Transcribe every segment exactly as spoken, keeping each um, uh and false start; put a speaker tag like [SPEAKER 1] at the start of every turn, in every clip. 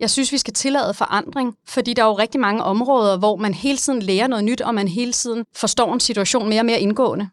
[SPEAKER 1] Jeg synes, vi skal tillade forandring, fordi der er jo rigtig mange områder, hvor man hele tiden lærer noget nyt, og man hele tiden forstår en situation mere og mere indgående.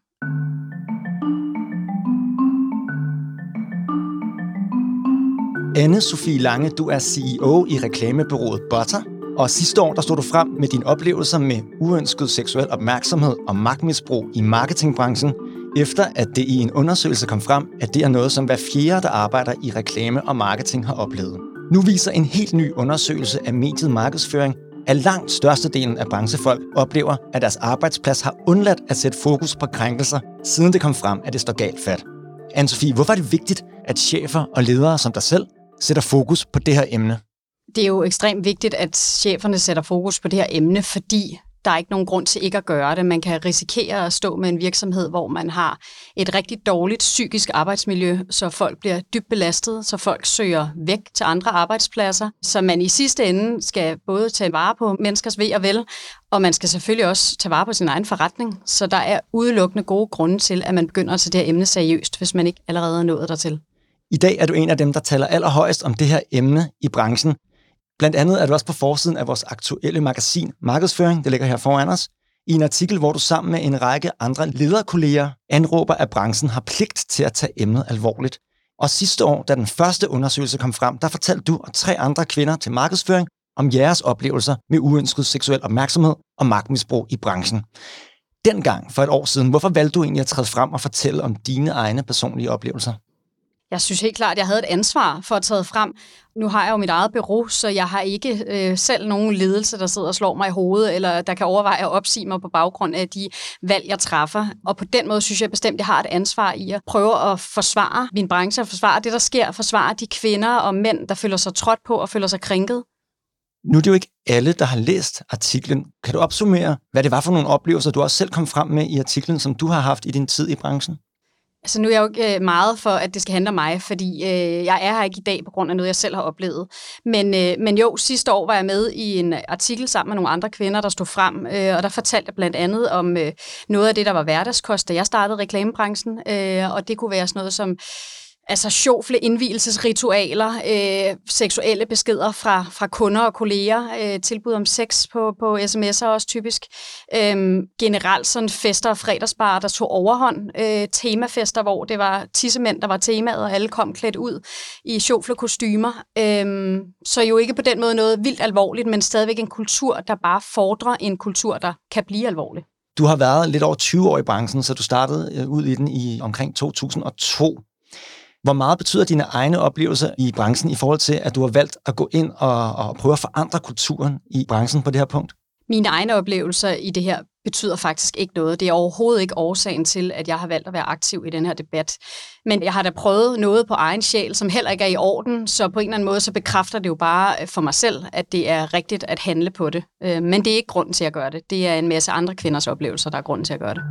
[SPEAKER 2] Anne-Sophie Lange, du er C E O i reklamebureauet Butter, og sidste år der stod du frem med dine oplevelser med uønsket seksuel opmærksomhed og magtmisbrug i marketingbranchen, efter at det i en undersøgelse kom frem, at det er noget, som hver fjerde, der arbejder i reklame og marketing, har oplevet. Nu viser en helt ny undersøgelse af mediet markedsføring, at langt størstedelen af branchefolk oplever, at deres arbejdsplads har undladt at sætte fokus på krænkelser, siden det kom frem, at det står galt fat. Anne-Sophie, hvorfor er det vigtigt, at chefer og ledere som dig selv sætter fokus på det her emne?
[SPEAKER 1] Det er jo ekstremt vigtigt, at cheferne sætter fokus på det her emne, fordi der er ikke nogen grund til ikke at gøre det. Man kan risikere at stå med en virksomhed, hvor man har et rigtig dårligt psykisk arbejdsmiljø, så folk bliver dybt belastet, så folk søger væk til andre arbejdspladser. Så man i sidste ende skal både tage vare på menneskers ve og vel, og man skal selvfølgelig også tage vare på sin egen forretning. Så der er udelukkende gode grunde til, at man begynder at tage det her emne seriøst, hvis man ikke allerede er nået dertil.
[SPEAKER 2] I dag er du en af dem, der taler allerhøjest om det her emne i branchen. Blandt andet er du også på forsiden af vores aktuelle magasin Markedsføring, det ligger her foran os, i en artikel, hvor du sammen med en række andre lederkolleger anråber, at branchen har pligt til at tage emnet alvorligt. Og sidste år, da den første undersøgelse kom frem, der fortalte du og tre andre kvinder til Markedsføring om jeres oplevelser med uønsket seksuel opmærksomhed og magtmisbrug i branchen. Dengang, for et år siden, hvorfor valgte du egentlig at træde frem og fortælle om dine egne personlige oplevelser?
[SPEAKER 1] Jeg synes helt klart, at jeg havde et ansvar for at træde frem. Nu har jeg jo mit eget bureau, så jeg har ikke øh, selv nogen ledelse, der sidder og slår mig i hovedet, eller der kan overveje at opsige mig på baggrund af de valg, jeg træffer. Og på den måde synes jeg bestemt, at jeg har et ansvar i at prøve at forsvare min branche, og forsvare det, der sker, forsvare de kvinder og mænd, der føler sig trådt på og føler sig krænket.
[SPEAKER 2] Nu er det jo ikke alle, der har læst artiklen. Kan du opsummere, hvad det var for nogle oplevelser, du også selv kom frem med i artiklen, som du har haft i din tid i branchen?
[SPEAKER 1] Altså nu er jeg jo ikke meget for, at det skal handle om mig, fordi øh, jeg er her ikke i dag på grund af noget, jeg selv har oplevet. Men, øh, men jo, sidste år var jeg med i en artikel sammen med nogle andre kvinder, der stod frem, øh, og der fortalte jeg blandt andet om øh, noget af det, der var hverdagskost, da jeg startede reklamebranchen, øh, og det kunne være sådan noget som altså sjofle indvielsesritualer, øh, seksuelle beskeder fra, fra kunder og kolleger, øh, tilbud om sex på, på sms'er også typisk. Øh, generelt sådan fester og fredagsbarer, der tog overhånd. Øh, temafester, hvor det var tissemænd, der var temaet, og alle kom klædt ud i sjofle kostymer. Øh, så jo ikke på den måde noget vildt alvorligt, men stadigvæk en kultur, der bare fordrer en kultur, der kan blive alvorlig.
[SPEAKER 2] Du har været lidt over tyve år i branchen, så du startede ud i den i omkring to tusind og to. Hvor meget betyder dine egne oplevelser i branchen i forhold til, at du har valgt at gå ind og, og prøve at forandre kulturen i branchen på det her punkt?
[SPEAKER 1] Mine egne oplevelser i det her betyder faktisk ikke noget. Det er overhovedet ikke årsagen til, at jeg har valgt at være aktiv i den her debat. Men jeg har da prøvet noget på egen sjæl, som heller ikke er i orden, så på en eller anden måde så bekræfter det jo bare for mig selv, at det er rigtigt at handle på det. Men det er ikke grunden til at gøre det. Det er en masse andre kvinders oplevelser, der er grunden til at gøre det.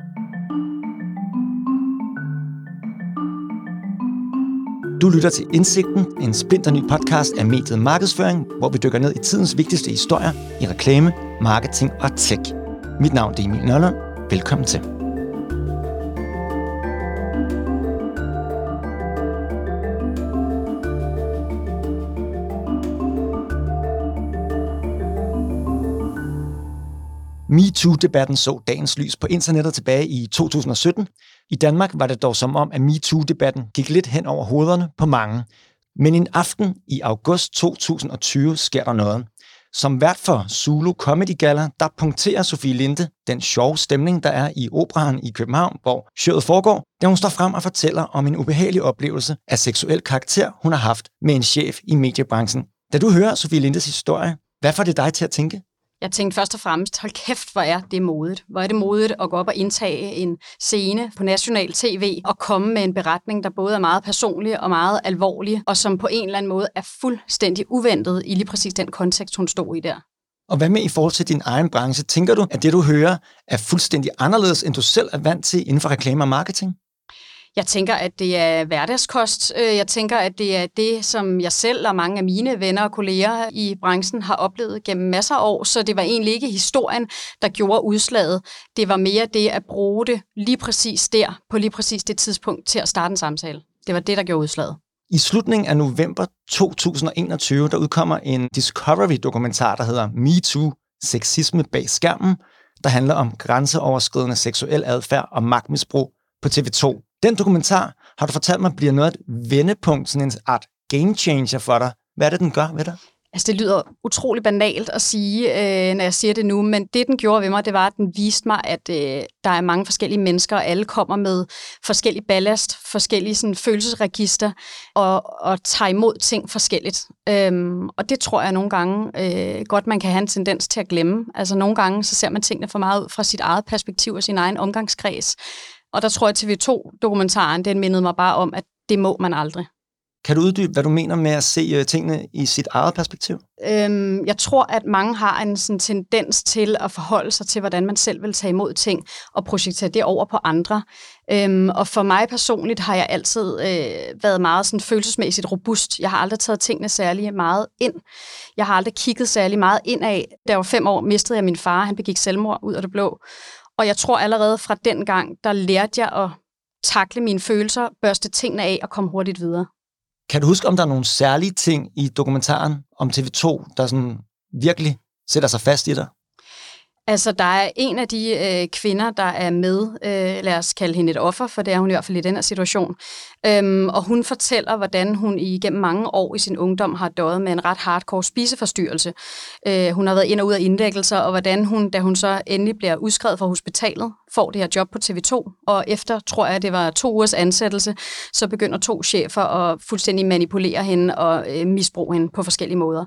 [SPEAKER 2] Du lytter til Indsigten, en splinterny podcast af mediet Markedsføring, hvor vi dykker ned i tidens vigtigste historier i reklame, marketing og tech. Mit navn er Emil Nørlund. Velkommen til. MeToo-debatten så dagens lys på internettet tilbage i to tusind og sytten. I Danmark var det dog som om, at MeToo-debatten gik lidt hen over hovederne på mange. Men en aften i august to tusind og tyve sker der noget. Som vært for Zulu Comedy Gala, der punkterer Sofie Linde den sjove stemning, der er i Operaen i København, hvor showet foregår, da hun står frem og fortæller om en ubehagelig oplevelse af seksuel karakter, hun har haft med en chef i mediebranchen. Da du hører Sofie Lindes historie, hvad får det dig til at tænke?
[SPEAKER 1] Jeg tænkte først og fremmest, hold kæft, hvor er det modigt. Hvor er det modigt at gå op og indtage en scene på national tv og komme med en beretning, der både er meget personlig og meget alvorlig, og som på en eller anden måde er fuldstændig uventet i lige præcis den kontekst, hun stod i der.
[SPEAKER 2] Og hvad med i forhold til din egen branche? Tænker du, at det, du hører, er fuldstændig anderledes, end du selv er vant til inden for reklame og marketing?
[SPEAKER 1] Jeg tænker, at det er hverdagskost. Jeg tænker, at det er det, som jeg selv og mange af mine venner og kolleger i branchen har oplevet gennem masser af år. Så det var egentlig ikke historien, der gjorde udslaget. Det var mere det at bruge det lige præcis der, på lige præcis det tidspunkt til at starte en samtale. Det var det, der gjorde udslaget.
[SPEAKER 2] I slutningen af november to tusind og enogtyve, der udkommer en Discovery-dokumentar, der hedder MeToo, sexisme bag skærmen, der handler om grænseoverskridende seksuel adfærd og magtmisbrug på T V to. Den dokumentar, har du fortalt mig, bliver noget af et vendepunkt, sådan en art game changer for dig. Hvad er det, den gør ved dig?
[SPEAKER 1] Altså, det lyder utrolig banalt at sige, øh, når jeg siger det nu, men det, den gjorde ved mig, det var, at den viste mig, at øh, der er mange forskellige mennesker, og alle kommer med forskellige ballast, forskellige sådan, følelsesregister, og, og tager imod ting forskelligt. Øhm, og det tror jeg nogle gange øh, godt, man kan have en tendens til at glemme. Altså, nogle gange, så ser man tingene for meget ud fra sit eget perspektiv og sin egen omgangskreds. Og der tror jeg, at T V to-dokumentaren, den mindede mig bare om, at det må man aldrig.
[SPEAKER 2] Kan du uddybe, hvad du mener med at se tingene i sit eget perspektiv?
[SPEAKER 1] Øhm, jeg tror, at mange har en sådan tendens til at forholde sig til, hvordan man selv vil tage imod ting, og projektere det over på andre. Øhm, og for mig personligt har jeg altid øh, været meget sådan følelsesmæssigt robust. Jeg har aldrig taget tingene særlig meget ind. Jeg har aldrig kigget særlig meget indad. Da jeg var fem år, mistede jeg min far. Han begik selvmord ud af det blå. Og jeg tror allerede fra den gang, der lærte jeg at takle mine følelser, børste tingene af og komme hurtigt videre.
[SPEAKER 2] Kan du huske, om der er nogle særlige ting i dokumentaren om T V to, der sådan virkelig sætter sig fast i dig?
[SPEAKER 1] Altså, der er en af de øh, kvinder, der er med, øh, lad os kalde hende et offer, for det er hun i hvert fald i den her situation. Øhm, og hun fortæller, hvordan hun igennem mange år i sin ungdom har døjet med en ret hardcore spiseforstyrrelse. Øh, hun har været ind og ud af indlæggelser, og hvordan hun, da hun så endelig bliver udskrevet fra hospitalet, får det her job på T V to. Og efter, tror jeg, det var to ugers ansættelse, så begynder to chefer at fuldstændig manipulere hende og øh, misbruge hende på forskellige måder.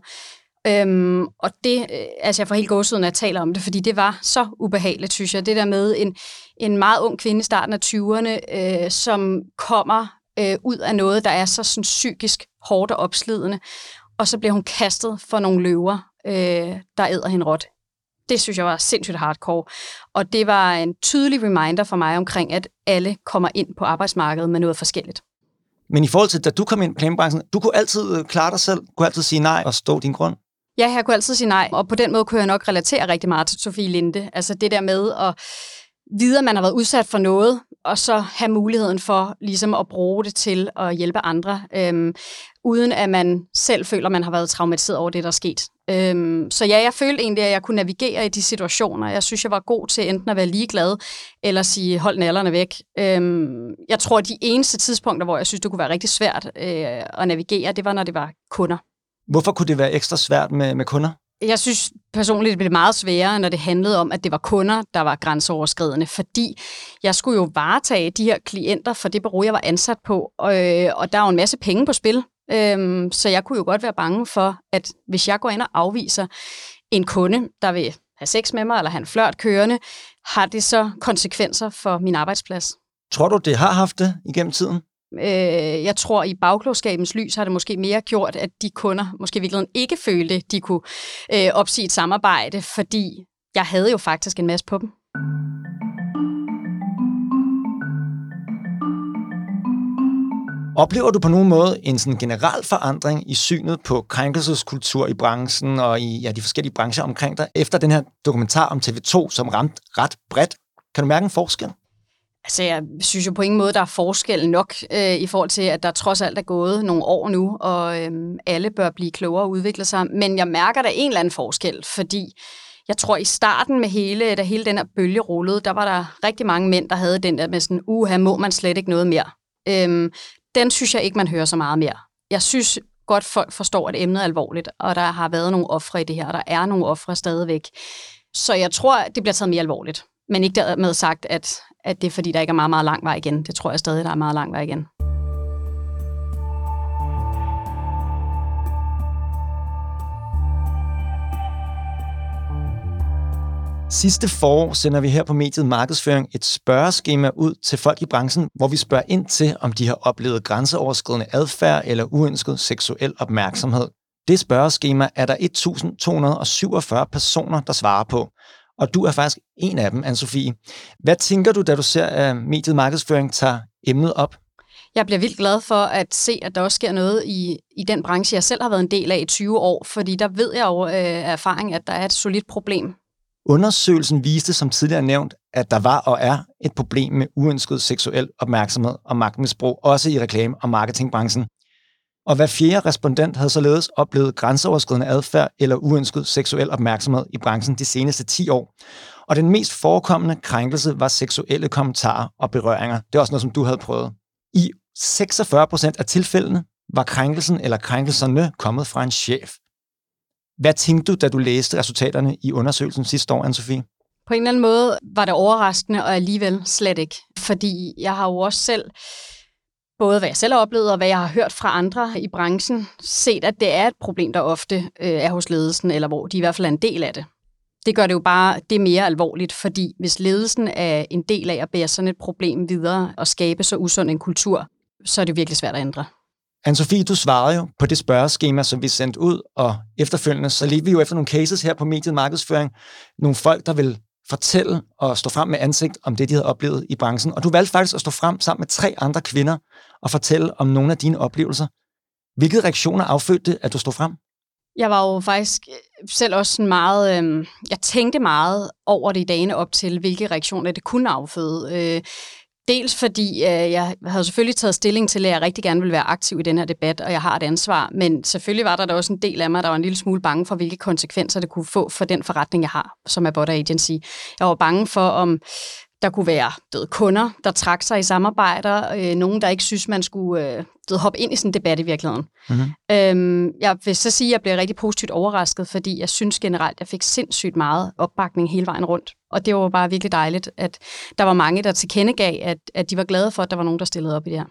[SPEAKER 1] Øhm, og det, altså jeg får helt gåsehud, når jeg taler om det, fordi det var så ubehageligt, synes jeg. Det der med en, en meget ung kvinde i starten af tyverne, øh, som kommer øh, ud af noget, der er så sådan, psykisk hårdt og opslidende, og så bliver hun kastet for nogle løver, øh, der æder hende råt. Det synes jeg var sindssygt hardcore. Og det var en tydelig reminder for mig omkring, at alle kommer ind på arbejdsmarkedet med noget forskelligt.
[SPEAKER 2] Men i forhold til, da du kom ind i reklamebranchen, du kunne altid klare dig selv, kunne altid sige nej og stå din grund?
[SPEAKER 1] Ja, jeg kunne altid sige nej, og på den måde kunne jeg nok relatere rigtig meget til Sofie Linde. Altså det der med at vide, at man har været udsat for noget, og så have muligheden for ligesom at bruge det til at hjælpe andre, øhm, uden at man selv føler, at man har været traumatiseret over det, der er sket. Øhm, så ja, jeg følte egentlig, at jeg kunne navigere i de situationer. Jeg synes, jeg var god til enten at være ligeglad, eller sige, hold nallerne væk. Øhm, jeg tror, at de eneste tidspunkter, hvor jeg synes, det kunne være rigtig svært øh, at navigere, det var, når det var kunder.
[SPEAKER 2] Hvorfor kunne det være ekstra svært med, med kunder?
[SPEAKER 1] Jeg synes personligt, det blev meget sværere, når det handlede om, at det var kunder, der var grænseoverskridende, fordi jeg skulle jo varetage de her klienter for det bureau, jeg var ansat på, og, øh, og der er jo en masse penge på spil, øhm, så jeg kunne jo godt være bange for, at hvis jeg går ind og afviser en kunde, der vil have sex med mig, eller have en flørt kørende, har det så konsekvenser for min arbejdsplads.
[SPEAKER 2] Tror du, det har haft det igennem tiden?
[SPEAKER 1] Øh, jeg tror, i bagklogskabens lys har det måske mere gjort, at de kunder måske i virkeligheden ikke følte, at de kunne øh, opsige et samarbejde, fordi jeg havde jo faktisk en masse på dem.
[SPEAKER 2] Oplever du på nogen måde en sådan generel forandring i synet på krænkelseskultur i branchen og i ja, de forskellige brancher omkring dig, efter den her dokumentar om T V to, som ramte ret bredt? Kan du mærke en forskel?
[SPEAKER 1] Altså, jeg synes jo på ingen måde, der er forskel nok øh, i forhold til, at der trods alt er gået nogle år nu, og øh, alle bør blive klogere og udvikle sig. Men jeg mærker der en eller anden forskel, fordi jeg tror, i starten med hele, da hele den her bølge rullede, der var der rigtig mange mænd, der havde den der med sådan, uha, må man slet ikke noget mere. Øh, den synes jeg ikke, man hører så meget mere. Jeg synes godt, folk forstår, at emnet er alvorligt, og der har været nogle ofre i det her, og der er nogle ofre stadigvæk. Så jeg tror, det bliver taget mere alvorligt. Men ikke dermed sagt, at, at det er, fordi der ikke er meget, meget lang vej igen. Det tror jeg stadig, der er meget lang vej igen.
[SPEAKER 2] Sidste forår sender vi her på mediet Markedsføring et spørgeskema ud til folk i branchen, hvor vi spørger ind til, om de har oplevet grænseoverskridende adfærd eller uønsket seksuel opmærksomhed. Det spørgeskema er der et tusind to hundrede og syvogfyrre personer, der svarer på. Og du er faktisk en af dem, Anne-Sophie. Hvad tænker du, da du ser, at mediet Markedsføring tager emnet op?
[SPEAKER 1] Jeg bliver vildt glad for at se, at der også sker noget i, i den branche, jeg selv har været en del af i tyve år, fordi der ved jeg jo øh, af erfaring, at der er et solidt problem.
[SPEAKER 2] Undersøgelsen viste, som tidligere nævnt, at der var og er et problem med uønsket seksuel opmærksomhed og magtmisbrug, også i reklame- og marketingbranchen. Og hver fjerde respondent havde således oplevet grænseoverskridende adfærd eller uønsket seksuel opmærksomhed i branchen de seneste ti år. Og den mest forekommende krænkelse var seksuelle kommentarer og berøringer. Det er også noget, som du havde prøvet. I seksogfyrre procent af tilfældene var krænkelsen eller krænkelserne kommet fra en chef. Hvad tænkte du, da du læste resultaterne i undersøgelsen sidste år, Anne-Sophie?
[SPEAKER 1] På en eller anden måde var det overraskende, og alligevel slet ikke. Fordi jeg har jo også selv, både hvad jeg selv har oplevet, og hvad jeg har hørt fra andre i branchen, set, at det er et problem, der ofte øh, er hos ledelsen, eller hvor de i hvert fald er en del af det. Det gør det jo bare det mere alvorligt, fordi hvis ledelsen er en del af at bære sådan et problem videre og skabe så usund en kultur, så er det virkelig svært at ændre.
[SPEAKER 2] Anne-Sophie, du svarede jo på det spørgeskema, som vi sendte ud, og efterfølgende så ledte vi jo efter nogle cases her på mediet markedsføring. Nogle folk, der vil fortælle og stå frem med ansigt om det, de havde oplevet i branchen. Og du valgte faktisk at stå frem sammen med tre andre kvinder og fortælle om nogle af dine oplevelser. Hvilke reaktioner affødte det, at du stod frem?
[SPEAKER 1] Jeg var jo faktisk selv også sådan meget... Øh, jeg tænkte meget over det i dagene op til, hvilke reaktioner det kunne afføde. Øh, Dels fordi øh, jeg havde selvfølgelig taget stilling til, at jeg rigtig gerne ville være aktiv i den her debat, og jeg har et ansvar, men selvfølgelig var der da også en del af mig, der var en lille smule bange for, hvilke konsekvenser det kunne få for den forretning, jeg har, som er Butter Agency. Jeg var bange for, om der kunne være døde kunder, der trak sig i samarbejder, øh, nogen, der ikke synes, man skulle øh, døde hoppe ind i sådan en debat i virkeligheden. Mm-hmm. Øhm, jeg vil så sige, at jeg blev rigtig positivt overrasket, fordi jeg synes generelt, at jeg fik sindssygt meget opbakning hele vejen rundt. Og det var bare virkelig dejligt, at der var mange, der tilkendegav, at, at de var glade for, at der var nogen, der stillede op i det her.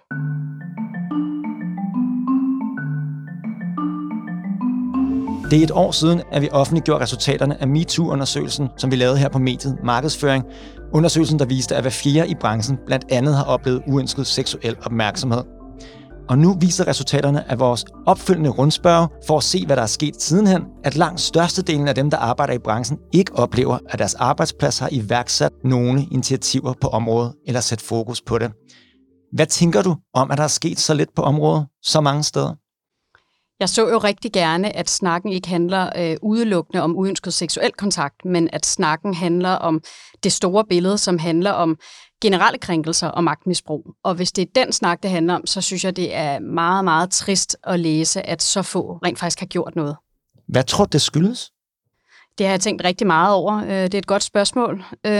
[SPEAKER 2] Det er et år siden, at vi offentliggjorde resultaterne af MeToo-undersøgelsen, som vi lavede her på mediet Markedsføring. Undersøgelsen, der viste, at hver fjerde i branchen blandt andet har oplevet uønsket seksuel opmærksomhed. Og nu viser resultaterne af vores opfølgende rundspørge, for at se, hvad der er sket sidenhen, at langt størstedelen af dem, der arbejder i branchen, ikke oplever, at deres arbejdsplads har iværksat nogle initiativer på området eller sat fokus på det. Hvad tænker du om, at der er sket så lidt på området så mange steder?
[SPEAKER 1] Jeg så jo rigtig gerne, at snakken ikke handler øh, udelukkende om uønsket seksuel kontakt, men at snakken handler om det store billede, som handler om generelle krænkelser og magtmisbrug. Og hvis det er den snak, det handler om, så synes jeg, det er meget, meget trist at læse, at så få rent faktisk har gjort noget.
[SPEAKER 2] Hvad tror du, det skyldes?
[SPEAKER 1] Det har jeg tænkt rigtig meget over. Det er et godt spørgsmål.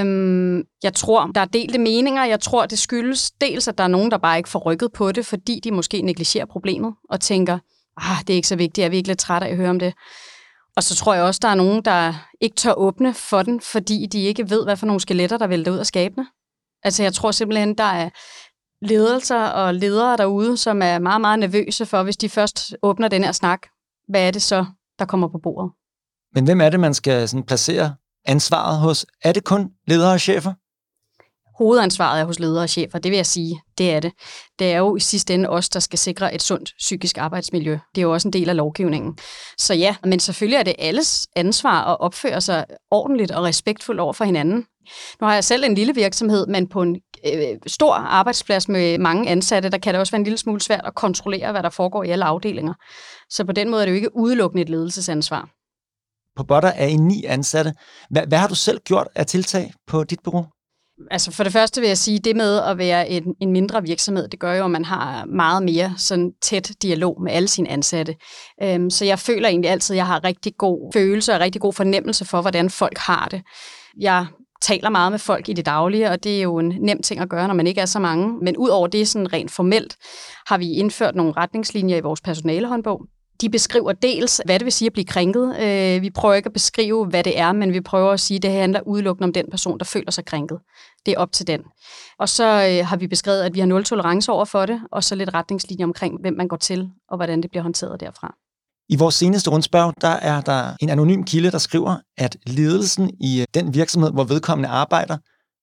[SPEAKER 1] Jeg tror, der er delte meninger. Jeg tror, det skyldes dels, at der er nogen, der bare ikke får rykket på det, fordi de måske negligerer problemet og tænker, ah, det er ikke så vigtigt, jeg er virkelig lidt træt af at høre om det. Og så tror jeg også, der er nogen, der ikke tør åbne for den, fordi de ikke ved, hvad for nogle skeletter, der vælter ud af skabene. Altså jeg tror simpelthen, der er ledelser og ledere derude, som er meget, meget nervøse for, hvis de først åbner den her snak, hvad er det så, der kommer på bordet?
[SPEAKER 2] Men hvem er det, man skal sådan placere ansvaret hos? Er det kun ledere og chefer?
[SPEAKER 1] Hovedansvaret er hos ledere og chefer, det vil jeg sige, det er det. Det er jo i sidste ende os, der skal sikre et sundt psykisk arbejdsmiljø. Det er jo også en del af lovgivningen. Så ja, men selvfølgelig er det alles ansvar at opføre sig ordentligt og respektfuldt over for hinanden. Nu har jeg selv en lille virksomhed, men på en øh, stor arbejdsplads med mange ansatte, der kan det også være en lille smule svært at kontrollere, hvad der foregår i alle afdelinger. Så på den måde er det jo ikke udelukkende et ledelsesansvar.
[SPEAKER 2] På Butter er I ni ansatte. Hvad, hvad har du selv gjort af tiltag på dit bureau?
[SPEAKER 1] Altså for det første vil jeg sige, det med at være en, en mindre virksomhed, det gør jo, at man har meget mere sådan tæt dialog med alle sine ansatte. Øhm, så jeg føler egentlig altid, at jeg har rigtig god følelse og rigtig god fornemmelse for, hvordan folk har det. Jeg taler meget med folk i det daglige, og det er jo en nem ting at gøre, når man ikke er så mange. Men ud over det, sådan rent formelt, har vi indført nogle retningslinjer i vores personalehåndbog. De beskriver dels, hvad det vil sige at blive krænket. Vi prøver ikke at beskrive, hvad det er, men vi prøver at sige, at det handler udelukkende om den person, der føler sig krænket. Det er op til den. Og så har vi beskrevet, at vi har nul tolerance over for det, og så lidt retningslinjer omkring, hvem man går til, og hvordan det bliver håndteret derfra.
[SPEAKER 2] I vores seneste rundspørg, der er der en anonym kilde, der skriver, at ledelsen i den virksomhed, hvor vedkommende arbejder,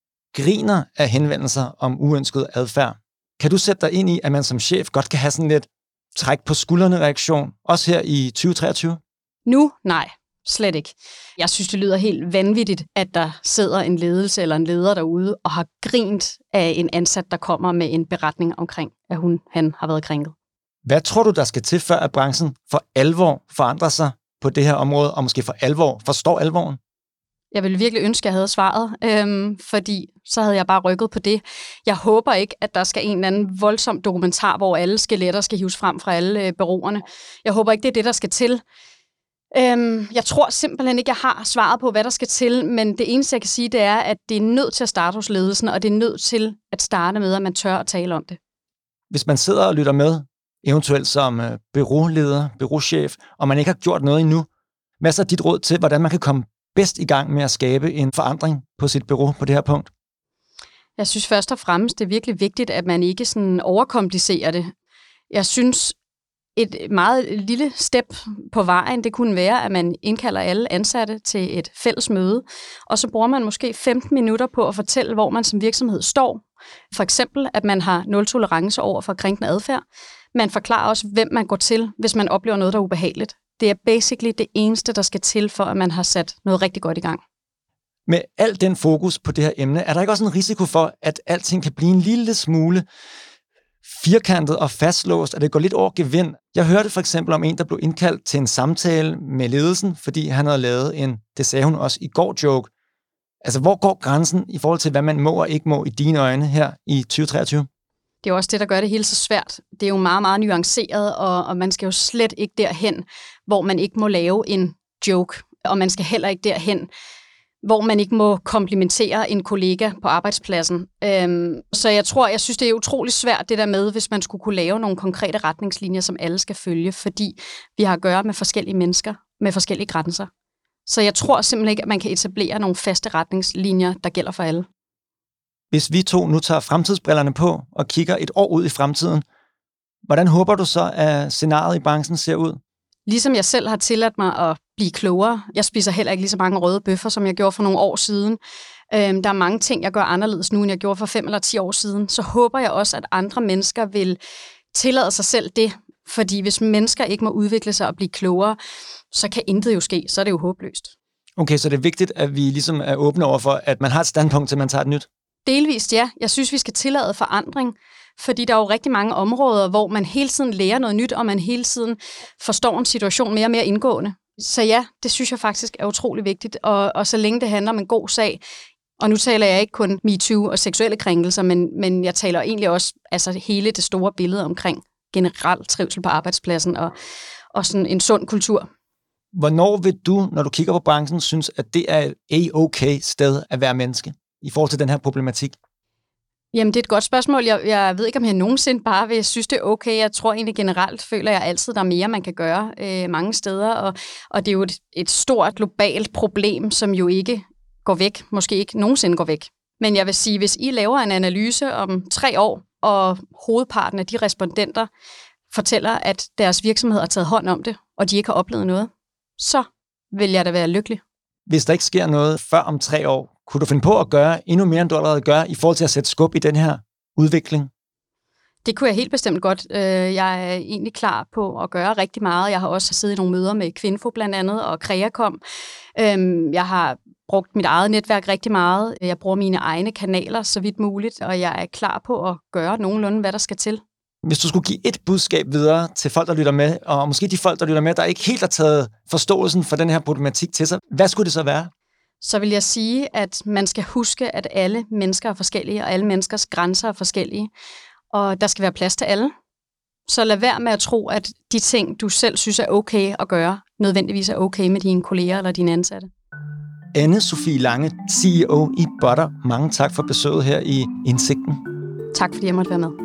[SPEAKER 2] griner af henvendelser om uønsket adfærd. Kan du sætte dig ind i, at man som chef godt kan have sådan lidt træk på skuldrene reaktion, også her i tyve treogtyve?
[SPEAKER 1] Nu? Nej, slet ikke. Jeg synes, det lyder helt vanvittigt, at der sidder en ledelse eller en leder derude og har grint af en ansat, der kommer med en beretning omkring, at hun, han har været krænket.
[SPEAKER 2] Hvad tror du, der skal til, før at branchen for alvor forandrer sig på det her område, og måske for alvor forstår alvoren?
[SPEAKER 1] Jeg ville virkelig ønske, at jeg havde svaret, øhm, fordi så havde jeg bare rykket på det. Jeg håber ikke, at der skal en eller anden voldsom dokumentar, hvor alle skeletter skal hives frem fra alle øh, bureauerne. Jeg håber ikke, det er det, der skal til. Øhm, jeg tror simpelthen ikke, jeg har svaret på, hvad der skal til, men det eneste, jeg kan sige, det er, at det er nødt til at starte hos ledelsen, og det er nødt til at starte med, at man tør at tale om det.
[SPEAKER 2] Hvis man sidder og lytter med, eventuelt som øh, bureauleder, bureauchef, og man ikke har gjort noget endnu, hvad er så dit råd til, hvordan man kan komme bedst i gang med at skabe en forandring på sit bureau på det her punkt?
[SPEAKER 1] Jeg synes først og fremmest, det er virkelig vigtigt, at man ikke sådan overkomplicerer det. Jeg synes, et meget lille step på vejen, det kunne være, at man indkalder alle ansatte til et fælles møde, og så bruger man måske femten minutter på at fortælle, hvor man som virksomhed står. For eksempel, at man har nul tolerance over for krænkende adfærd. Man forklarer også, hvem man går til, hvis man oplever noget, der er ubehageligt. Det er basically det eneste, der skal til, for at man har sat noget rigtig godt i gang.
[SPEAKER 2] Med al den fokus på det her emne, er der ikke også en risiko for, at alting kan blive en lille smule firkantet og fastlåst, at det går lidt over gevind? Jeg hørte for eksempel om en, der blev indkaldt til en samtale med ledelsen, fordi han havde lavet en, det sagde hun også i går, joke. Altså, hvor går grænsen i forhold til, hvad man må og ikke må i dine øjne her i tyve treogtyve?
[SPEAKER 1] Det er jo også det, der gør det hele så svært. Det er jo meget, meget nuanceret, og, og man skal jo slet ikke derhen, hvor man ikke må lave en joke, og man skal heller ikke derhen, hvor man ikke må komplimentere en kollega på arbejdspladsen. Øhm, så jeg tror, jeg synes, det er utrolig svært det der med, hvis man skulle kunne lave nogle konkrete retningslinjer, som alle skal følge, fordi vi har at gøre med forskellige mennesker, med forskellige grænser. Så jeg tror simpelthen ikke, at man kan etablere nogle faste retningslinjer, der gælder for alle.
[SPEAKER 2] Hvis vi to nu tager fremtidsbrillerne på og kigger et år ud i fremtiden, hvordan håber du så, at scenariet i branchen ser ud?
[SPEAKER 1] Ligesom jeg selv har tilladt mig at blive klogere. Jeg spiser heller ikke lige så mange røde bøffer, som jeg gjorde for nogle år siden. Øhm, der er mange ting, jeg gør anderledes nu, end jeg gjorde for fem eller ti år siden. Så håber jeg også, at andre mennesker vil tillade sig selv det. Fordi hvis mennesker ikke må udvikle sig og blive klogere, så kan intet jo ske. Så er det jo håbløst.
[SPEAKER 2] Okay, så det er vigtigt, at vi ligesom er åbne over for, at man har et standpunkt, til man tager et nyt?
[SPEAKER 1] Delvist, ja. Jeg synes, vi skal tillade forandring, fordi der er jo rigtig mange områder, hvor man hele tiden lærer noget nyt, og man hele tiden forstår en situation mere og mere indgående. Så ja, det synes jeg faktisk er utrolig vigtigt, og, og så længe det handler om en god sag, og nu taler jeg ikke kun MeToo og seksuelle krænkelser, men, men jeg taler egentlig også altså hele det store billede omkring generelt trivsel på arbejdspladsen og, og sådan en sund kultur.
[SPEAKER 2] Hvornår vil du, når du kigger på branchen, synes, at det er et a-okay sted at være menneske i forhold til den her problematik?
[SPEAKER 1] Jamen, det er et godt spørgsmål. Jeg, jeg ved ikke, om jeg nogensinde bare vil synes, det er okay. Jeg tror egentlig generelt, føler jeg altid, der er mere, man kan gøre øh, mange steder. Og, og det er jo et, et stort globalt problem, som jo ikke går væk. Måske ikke nogensinde går væk. Men jeg vil sige, hvis I laver en analyse om tre år, og hovedparten af de respondenter fortæller, at deres virksomhed har taget hånd om det, og de ikke har oplevet noget, så vil jeg da være lykkelig.
[SPEAKER 2] Hvis der ikke sker noget før om tre år, kunne du finde på at gøre endnu mere, end du allerede gør, i forhold til at sætte skub i den her udvikling?
[SPEAKER 1] Det kunne jeg helt bestemt godt. Jeg er egentlig klar på at gøre rigtig meget. Jeg har også siddet i nogle møder med Kvinfo blandt andet, og Kreakom. Jeg har brugt mit eget netværk rigtig meget. Jeg bruger mine egne kanaler så vidt muligt, og jeg er klar på at gøre nogenlunde, hvad der skal til.
[SPEAKER 2] Hvis du skulle give et budskab videre til folk, der lytter med, og måske de folk, der lytter med, der ikke helt har taget forståelsen for den her problematik til sig, hvad skulle det så være?
[SPEAKER 1] Så vil jeg sige, at man skal huske, at alle mennesker er forskellige, og alle menneskers grænser er forskellige, og der skal være plads til alle. Så lad være med at tro, at de ting, du selv synes er okay at gøre, nødvendigvis er okay med dine kolleger eller dine ansatte.
[SPEAKER 2] Anne-Sophie Lange, C E O i Butter. Mange tak for besøget her i Indsigten.
[SPEAKER 1] Tak fordi jeg måtte være med.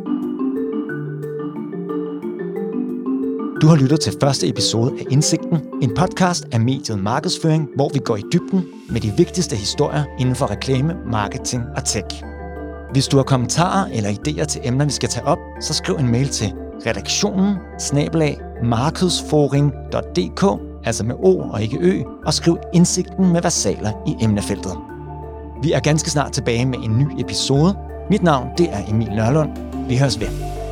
[SPEAKER 2] Du har lyttet til første episode af Indsigten, en podcast af mediet Markedsføring, hvor vi går i dybden med de vigtigste historier inden for reklame, marketing og tech. Hvis du har kommentarer eller idéer til emner, vi skal tage op, så skriv en mail til redaktionen snabel-a markedsføring punktum d k, altså med O og ikke Ø, og skriv Indsigten med versaler i emnefeltet. Vi er ganske snart tilbage med en ny episode. Mit navn det er Emil Nørlund. Vi høres ved.